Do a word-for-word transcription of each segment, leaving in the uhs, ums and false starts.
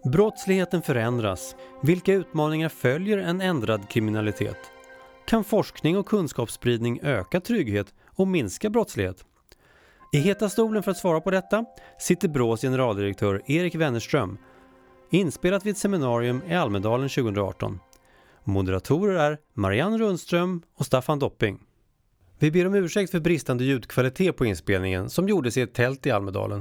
Brottsligheten förändras. Vilka utmaningar följer en ändrad kriminalitet? Kan forskning och kunskapsspridning öka trygghet och minska brottslighet? I heta stolen för att svara på detta sitter Brås generaldirektör Erik Wennerström, inspelat vid ett seminarium i Almedalen tjugo arton. Moderatorer är Marianne Rundström och Staffan Dopping. Vi ber om ursäkt för bristande ljudkvalitet på inspelningen som gjordes i ett tält i Almedalen.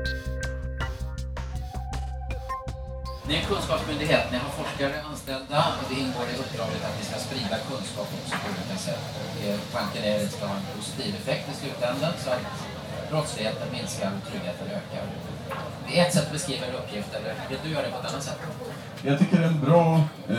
Ni är en kunskapsmyndighet, ni har forskare anställda och det ingår i uppdraget att ni ska sprida kunskap också på olika sätt. Tanken är att det ska ha en positiv effekt i slutändan så att brottsligheten minskar och tryggheten ökar. Det är ett sätt att beskriva en uppgift, eller vill du göra det på ett annat sätt? Jag tycker det är en bra,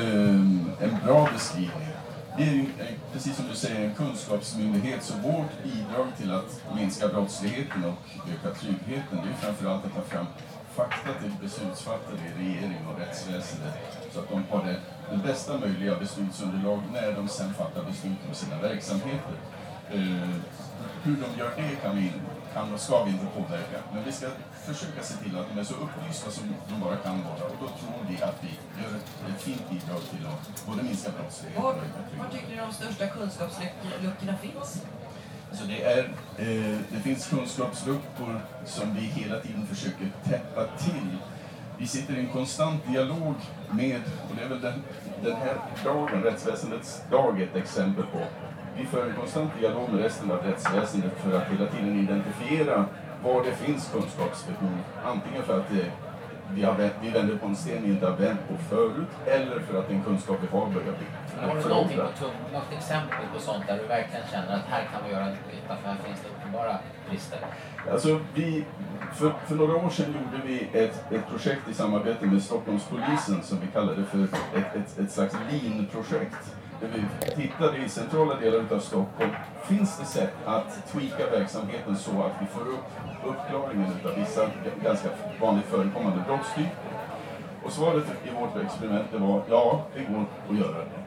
eh, en bra beskrivning. Det är ju, precis som du säger, en kunskapsmyndighet, så vårt bidrag till att minska brottsligheten och öka tryggheten, det är framförallt att ta fram fakta till beslutsfattare i regering och rättsväsendet så att de har det, det bästa möjliga beslutsunderlag när de sen fattar beslut om sina verksamheter. Eh, hur de gör det kan vi, kan och ska vi inte påverka, men vi ska försöka se till att de är så upplysta som de bara kan vara, och då tror vi att vi gör ett, ett fint bidrag till att både minska brottslighet och öka tryggheten. Var tycker ni de största kunskapsluckorna finns? Så det, är, eh, det finns kunskapsluckor som vi hela tiden försöker täppa till. Vi sitter i en konstant dialog med, och det är väl den, den här dagen, rättsväsendets dag, ett exempel på. Vi för en konstant dialog med resten av rättsväsendet för att hela tiden identifiera var det finns kunskapsbehov. Antingen för att det, vi, har, vi vänder på en sten vi inte har vänt på förut, eller för att den kunskap vi har börjar bli. Har du någonting på tum, något exempel på sånt där du verkligen känner att här kan vi göra nytta för här finns det uppenbara brister? Alltså vi, för, för några år sedan gjorde vi ett, ett projekt i samarbete med Stockholmspolisen som vi kallade för ett, ett, ett slags lean-projekt. Där vi tittade i centrala delar av Stockholm. Finns det sätt att tweaka verksamheten så att vi får upp uppklaringen av vissa ganska vanligt förekommande brottstyper? Och svaret i vårt experiment var ja, det går att göra det.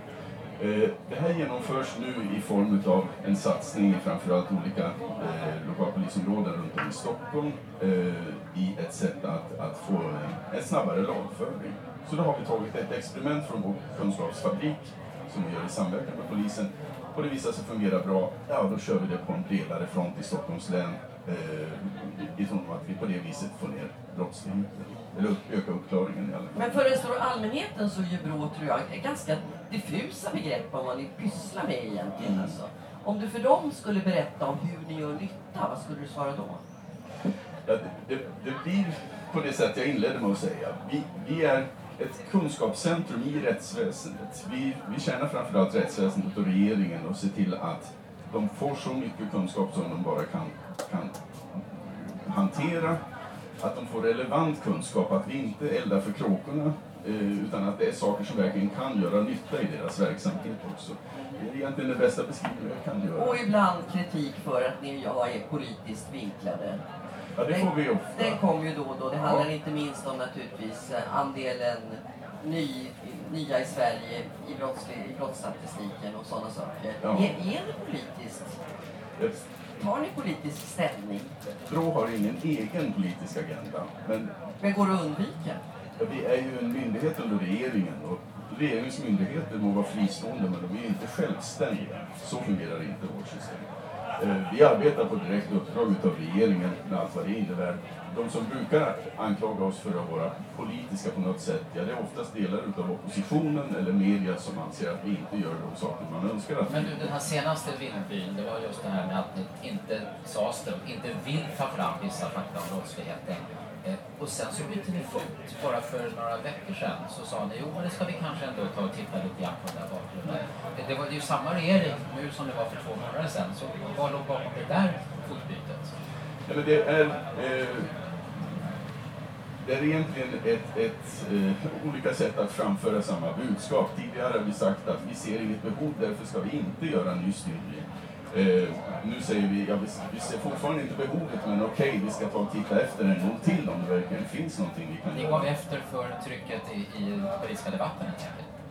Det här genomförs nu i form av en satsning i framförallt olika eh, lokalpolisområden runt om i Stockholm eh, i ett sätt att, att få en, en snabbare lagföring. Så då har vi tagit ett experiment från vår kunskapsfabrik som vi gör i samverkan med polisen, och det visar sig fungera bra. Ja, då kör vi det på en bredare front i Stockholms län eh, i tron att vi på det viset får ner brottsligheten, eller öka uppklaringen i alla fall. Men för den stora allmänheten så är ju brå, tror jag, är ganska diffusa begrepp om vad ni pysslar med egentligen. Mm. Alltså. Om du för dem skulle berätta om hur ni gör nytta, vad skulle du svara då? Ja, det, det, det blir på det sätt jag inledde med att säga. Vi, vi är ett kunskapscentrum i rättsväsendet. Vi, vi tjänar framförallt rättsväsendet och regeringen och ser till att de får så mycket kunskap som de bara kan, kan hantera. Att de får relevant kunskap, att vi inte eldar för kråkorna utan att det är saker som verkligen kan göra nytta i deras verksamhet också. Det är egentligen det bästa beskrivningen jag kan göra. Och ibland kritik för att ni och jag är politiskt vinklade. Ja, det får vi ofta. Den kommer ju då och då. Det handlar ja. inte minst om naturligtvis andelen ny, nya i Sverige i, brottslig, i brottsstatistiken och sådana saker. Ja. Är, är det politiskt? Yes. Tar ni politisk ställning? Brå har ingen egen politisk agenda. Men, men går det att undvika? Ja, vi är ju en myndighet under regeringen och regeringens myndigheter må vara fristående, men de är inte självständiga. Så fungerar inte vårt system. Vi arbetar på direkt uppdrag av regeringen med allt vad det innebär. De som brukar anklaga oss för att vara politiska på något sätt, ja, det är oftast delar av oppositionen eller media som anser att vi inte gör de saker man önskar att. Men du, den här senaste Vindbyn, det var just det här med att ni inte, sades det, inte vill ta fram vissa fakta om brottsligheten. Och sen så bytte ni fot bara för några veckor sedan, så sa ni jo men det ska vi kanske ändå ta och titta lite grann på den där bakgrunden. Det, det var ju samma regering nu som det var för två månader sedan, så vad låg bakom det där fotbytet? Ja, men det är, eh, det är egentligen ett, ett eh, olika sätt att framföra samma budskap. Tidigare har vi sagt att vi ser inget behov, därför ska vi inte göra en ny studie. Eh, nu säger vi, ja, vi, vi ser fortfarande inte behovet, men okej, okay, vi ska ta och titta efter en gång till om det verkligen finns någonting vi kan Ni göra. gav efter för trycket i, i politiska debatten helt enkelt?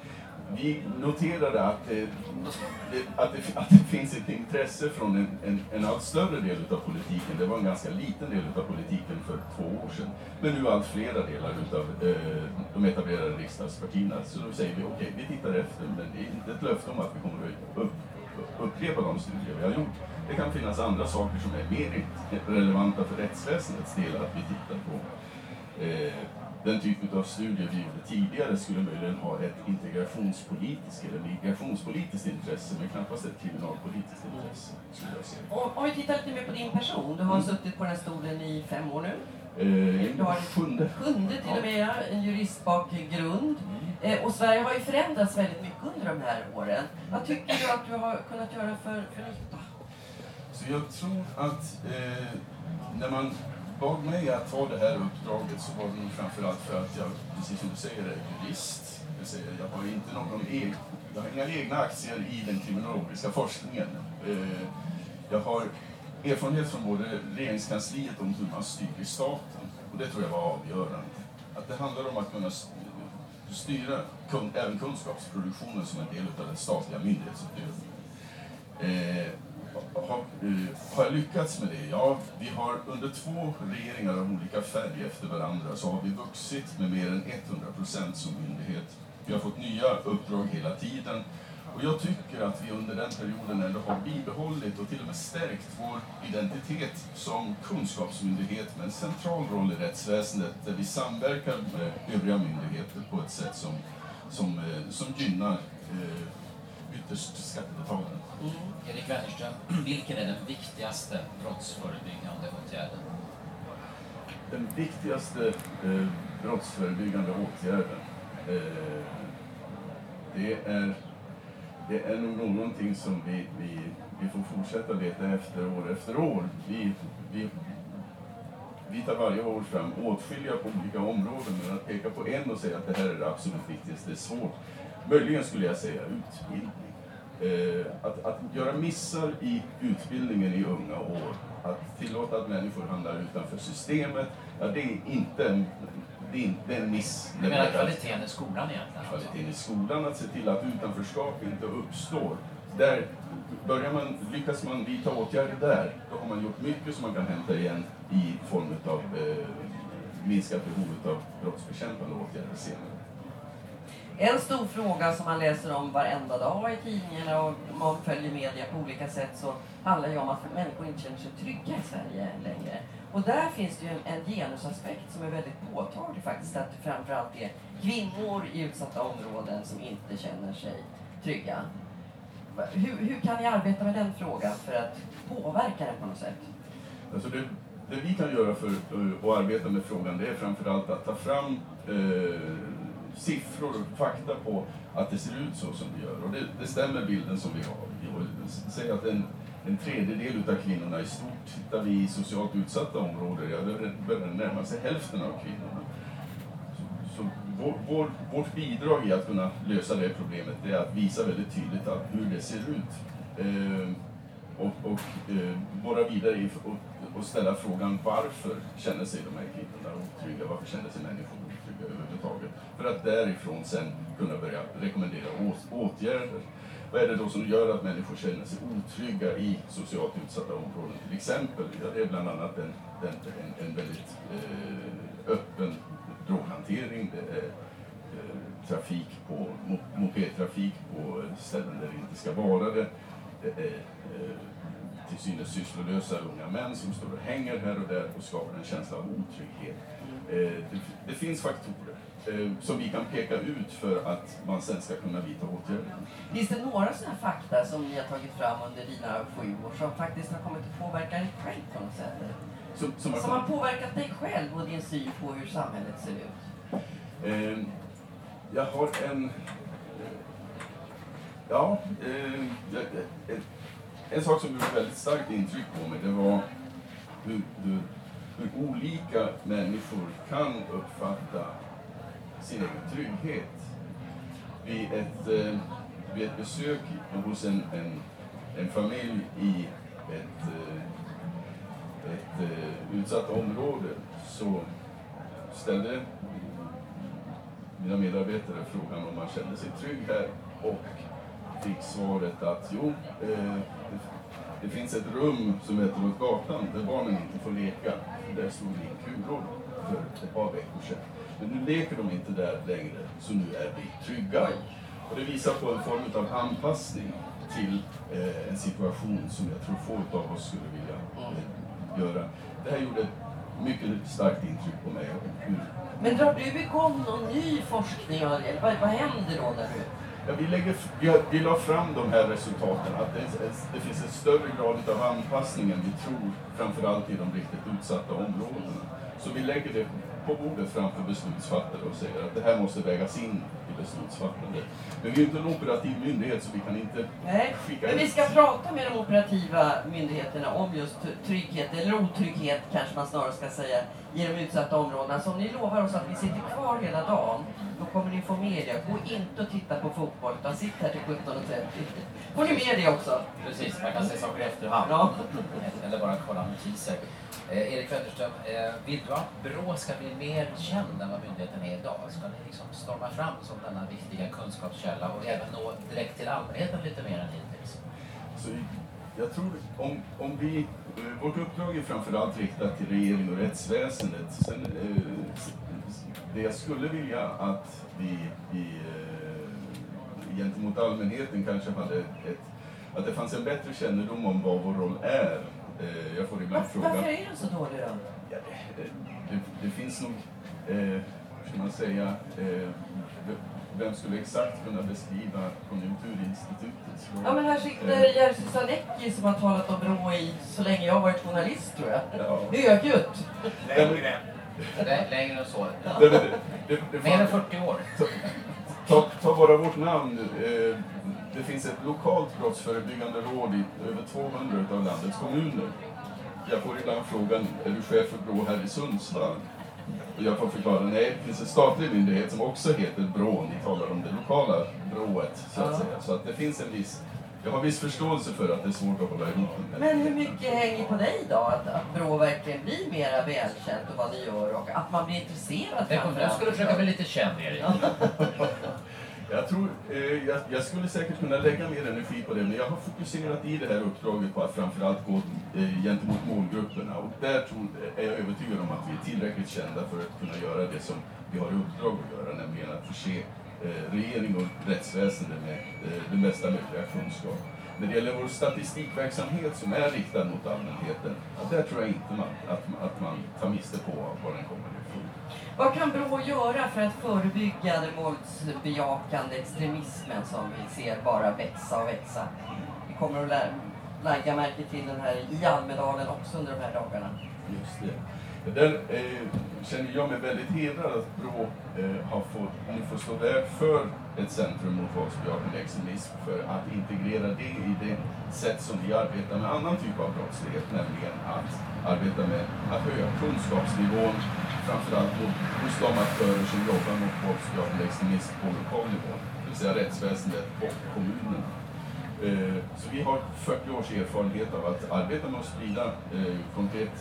vi noterade att det, det, att, det, att det finns ett intresse från en, en, en allt större del av politiken. Det var en ganska liten del av politiken för två år sedan. Men nu allt flera delar av eh, de etablerade riksdagspartierna. Så då säger vi okej, okay, vi tittar efter, men det är inte ett löfte om att vi kommer att upp, upprepa de studier vi har gjort. Det kan finnas andra saker som är mer relevanta för rättsväsendets del att vi tittar på. Eh, Den typen av studier vi gjorde tidigare skulle möjligen ha ett integrationspolitiskt eller migrationspolitiskt intresse, men knappast ett kriminalpolitiskt intresse, skulle jag säga. Och, om vi tittar lite mer på din person, du har mm. suttit på den här stolen i fem år nu. Eh, du har sjunde. Sjunde till och med, en juristbakgrund. Mm. Eh, och Sverige har ju förändrats väldigt mycket under de här åren. Vad tycker du att du har kunnat göra för, för nytta? Så jag tror att eh, när man bad mig att ta det här uppdraget så var det nog framförallt för att jag, precis som du säger, är jurist. Jag, säger, jag har inte någon egen, jag har inga egna aktier i den kriminologiska forskningen. Eh, jag har erfarenhet från både regeringskansliet om hur man styr i staten. Och det tror jag var avgörande. Att det handlar om att kunna styra kun, även kunskapsproduktionen som en del av den statliga myndighetsutövningen. Eh, Har, uh, har jag lyckats med det? Ja, vi har under två regeringar av olika färg efter varandra så har vi vuxit med mer än hundra procent som myndighet. Vi har fått nya uppdrag hela tiden och jag tycker att vi under den perioden ändå har bibehållit och till och med stärkt vår identitet som kunskapsmyndighet med en central roll i rättsväsendet där vi samverkar med övriga myndigheter på ett sätt som, som, uh, som gynnar uh, ytterst skattebetalarna. Mm. Erik Wennerström, vilken är den viktigaste brottsförebyggande åtgärden? Den viktigaste eh, brottsförebyggande åtgärden eh, det, är, det är nog någonting som vi, vi, vi får fortsätta leta efter år efter år. Vi, vi, vi tar varje år fram åtskilliga på olika områden, men att peka på en och säga att det här är det absolut viktigaste är svårt. Möjligen skulle jag säga utbildning. Eh, att, att göra missar i utbildningen i unga år, att tillåta att människor hamnar utanför systemet, ja, det är inte en, det är inte en miss. Du menar kvaliteten i skolan egentligen? Kvaliteten i skolan, att se till att utanförskap inte uppstår. Där börjar man, lyckas man vidta åtgärder där, då har man gjort mycket som man kan hämta igen i form av eh, minskat behov av brottsbekämpande åtgärder senare. En stor fråga som man läser om varenda dag i tidningarna och man följer media på olika sätt så handlar ju om att människor inte känner sig trygga i Sverige längre. Och där finns det ju en, en genusaspekt som är väldigt påtaglig faktiskt, att framförallt det är kvinnor i utsatta områden som inte känner sig trygga. Hur, hur kan ni arbeta med den frågan för att påverka den på något sätt? Alltså det, det vi kan göra för att arbeta med frågan, det är framförallt att ta fram eh, siffror och fakta på att det ser ut så som det gör. Och det, det stämmer bilden som vi har. Säg att en, en tredjedel av kvinnorna i stort, tittar vi i socialt utsatta områden, ja, det börjar närma sig hälften av kvinnorna. Så, så vår, vår, vårt bidrag i att kunna lösa det problemet är att visa väldigt tydligt att hur det ser ut. Eh, och och eh, vara vidare i och, och ställa frågan varför känner sig de här kvinnorna otrygga, varför känner sig människor otrygga överhuvudtaget. För att därifrån sen kunna börja rekommendera åtgärder. Vad är det då som gör att människor känner sig otrygga i socialt utsatta områden? Till exempel, ja, det är bland annat en, en, en väldigt eh, öppen droghantering, det är eh, trafik på, mopedtrafik på ställen där det inte ska vara det. Det är eh, till synes sysslolösa unga män som står och hänger här och där och skapar en känsla av otrygghet. Eh, det, det finns faktorer eh, som vi kan peka ut för att man sen ska kunna vidta åtgärder. Finns det några sådana fakta som ni har tagit fram under dina sju år som faktiskt har kommit att påverka dig själv på något sätt? Som, som, som har påverkat dig själv och din syn på hur samhället ser ut? Eh, jag har en... Ja, eh, en, en sak som gjorde väldigt starkt intryck på mig, det var hur, hur, hur olika människor kan uppfatta sin egen trygghet. Vid ett, eh, vid ett besök hos en, en, en familj i ett, eh, ett eh, utsatt område så ställde mina medarbetare frågan om man kände sig trygg här och fick svaret att jo, eh, det, det finns ett rum som heter åt gatan där barnen inte får leka. Där stod det kulor för ett par veckor sedan. Men nu leker de inte där längre, så nu är vi trygga. Och det visar på en form av anpassning till eh, en situation som jag tror få av oss skulle vilja eh, göra. Det här gjorde ett mycket starkt intryck på mig. Hur... Men drar du igång någon ny forskning? Eller vad, vad händer då när du... Ja, vi, lägger, vi, har, vi la fram de här resultaten, att det, det finns en större grad av anpassning än vi tror, framförallt i de riktigt utsatta områdena. Så vi lägger det på bordet framför beslutsfattare och säger att det här måste vägas in i beslutsfattandet. Men vi är inte en operativ myndighet, så vi kan inte Nej, skicka men vi ut. ska prata med de operativa myndigheterna om just trygghet, eller otrygghet kanske man snarare ska säga, i de utsatta områdena. Så om ni lovar oss att vi sitter kvar hela dagen, då kommer ni få media. Gå inte och titta på fotboll, utan sitt här till sjutton och trettio. Får ni media också? Precis, man kan se saker i efterhand. Ja. Eller bara kolla notiser. Eh, Erik Wetterström, eh, vill du att BRÅ ska bli mer känd än vad myndigheten är idag? Ska ni liksom storma fram som denna viktiga kunskapskälla och även nå direkt till allmänheten lite mer än hittills? Så jag tror, om, om vi, vårt uppdrag är framförallt riktat till regering och rättsväsendet. Sen, eh, det jag skulle vilja att vi, vi eh, gentemot allmänheten kanske hade ett, att det fanns en bättre kännedom om vad vår roll är. Eh, jag får ibland Var, fråga... Varför är den så dålig då? Ja, det, det, det finns nog, eh, hur ska man säga, eh, vem skulle exakt kunna beskriva Konjunkturinstitutets roll? Ja, men här sitter Jerzy Sarnecki som har talat om BRÅ i så länge jag har varit journalist, tror jag. Ja. Högljutt. Längre. Längre än så. Det, det, det, det, Mer än fyrtio år. Ta, ta bara vårt namn. Eh, det finns ett lokalt brottsförebyggande råd i över tvåhundra av landets kommuner. Jag får ibland frågan, är du chef för BRÅ här i Sundsvall? Och jag får förklara, nej, det finns en statlig myndighet som också heter BRÅ. Ni talar om det lokala BRÅet, så att säga. Så att det finns en viss, jag har viss förståelse för att det är svårt att hålla ihop. Men hur mycket hänger på dig då? Att, att BRÅ verkligen blir mer välkänt och vad ni gör och att man blir intresserad. Jag skulle försöka bli lite känd, Erik. Jag tror, eh, jag, jag skulle säkert kunna lägga mer energi på det, men jag har fokuserat i det här uppdraget på att framförallt gå eh, gentemot målgrupperna. Och där tror, är jag övertygad om att vi är tillräckligt kända för att kunna göra det som vi har i uppdrag att göra, nämligen att förse eh, regering och rättsväsende med eh, den bästa möjliga kunskap. När det gäller vår statistikverksamhet som är riktad mot allmänheten, där tror jag inte man, att, att man tar miste på var den kommer ifrån. Vad kan BRÅ göra för att förebygga den våldsbejakande extremismen som vi ser bara växa och växa? Vi kommer att lä- lägga märke till den här i Almedalen också under de här dagarna. Just det. Där eh, känner jag mig väldigt hedrad att BRÅ eh, har fått, nu får stå där för ett centrum mot våldsbejakande extremism, för att integrera det i det sätt som vi arbetar med annan typ av brottslighet, nämligen att arbeta med att höja kunskapsnivån, framförallt hos de aktörer som jobbar mot våldsbejakande extremism på lokal nivå, det vill säga rättsväsendet och kommunerna. Så vi har fyrtio års erfarenhet av att arbeta med att sprida eh, konkret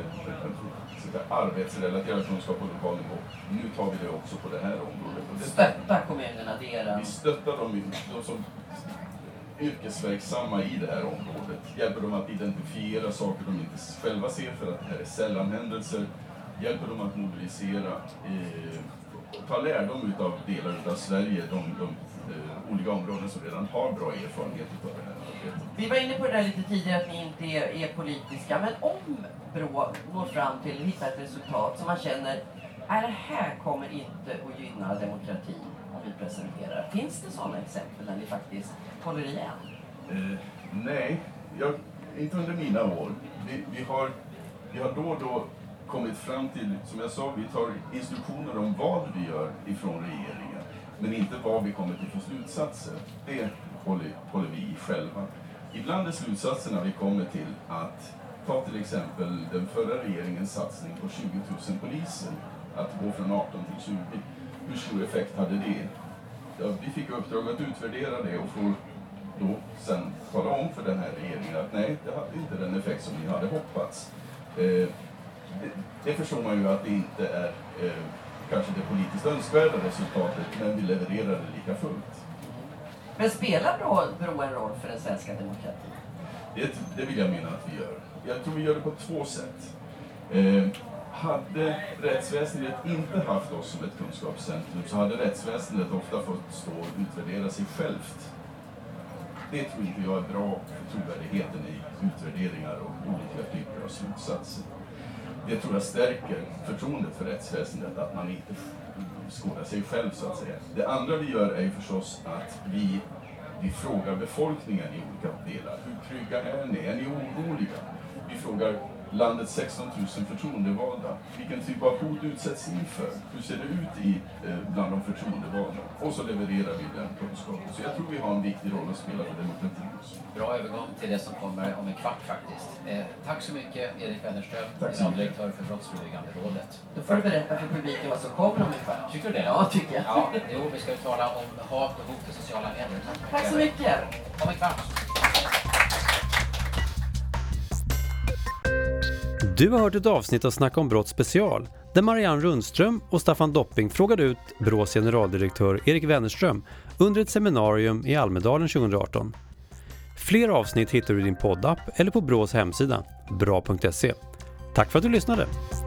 eh, arbetsrelaterad kunskap på lokal nivå. Nu tar vi det också på det här området. Och det Stötta kommunerna, deras... Vi stöttar dem, de som yrkesverksamma i det här området. Hjälper dem att identifiera saker de inte själva ser för att det här är sällanhändelser. Hjälper dem att mobilisera, eh, ta lärdom av delar av Sverige, de, de eh, olika områden som redan har bra erfarenhet av det här arbetet. Vi var inne på det där lite tidigare att ni inte är, är politiska, men om BRÅ når fram till att hitta ett resultat som man känner, är det här kommer inte att gynna demokratin om vi presenterar. Finns det sådana exempel där ni faktiskt håller igen? Eh, nej, jag, inte under mina år. Vi, vi, har, vi har då och då kommit fram till, som jag sa, vi tar instruktioner om vad vi gör ifrån regeringen, men inte vad vi kommer till för slutsatser. Det håller, håller vi i själva. Ibland är slutsatserna vi kommer till att ta till exempel den förra regeringens satsning på tjugo tusen poliser, att gå från arton till tjugo. Hur stor effekt hade det? Ja, vi fick uppdrag att utvärdera det och får då sen tala om för den här regeringen att nej, det hade inte den effekt som ni hade hoppats. Eh, det, det förstår man ju att det inte är eh, kanske det politiskt önskvärda resultatet, men vi levererar det lika fullt. Men spelar Brå, Brå en roll för den svenska demokratin? Det, det vill jag mena att vi gör. Jag tror vi gör det på två sätt. Eh, hade rättsväsendet inte haft oss som ett kunskapscentrum så hade rättsväsendet ofta fått stå och utvärdera sig självt. Det tror inte jag är bra för trovärdigheten i utvärderingar och olika typer av slutsatser. Det tror jag stärker förtroendet för rättsväsendet, att man inte skådar sig själv så att säga. Det andra vi gör är ju förstås att vi, vi frågar befolkningen i olika delar. Hur trygga är ni? Är ni oroliga? Vi frågar landets sexton tusen förtroendevalda. Vilken typ av hot utsätts ni för? Hur ser det ut i, eh, bland de förtroendevalda? Och så levererar vi den kunskapen. Så jag tror vi har en viktig roll att spela för demokratin också. Bra övergång till det som kommer om en kvart faktiskt. Eh, tack så mycket Erik Wennerström, generaldirektör för Brottsförebyggande rådet. Då får du berätta för publiken vad som kommer om en kvart. Tycker du det? Ja, tycker jag. Ja, jo, vi ska ju tala om hat och hot i sociala medier. Tack så mycket. Om en kvart. Du har hört ett avsnitt av Snacka om brott special där Marianne Rundström och Staffan Dopping frågade ut Brås generaldirektör Erik Wennerström under ett seminarium i Almedalen tjugo arton. Fler avsnitt hittar du i din poddapp eller på Brås hemsida bra punkt se. Tack för att du lyssnade!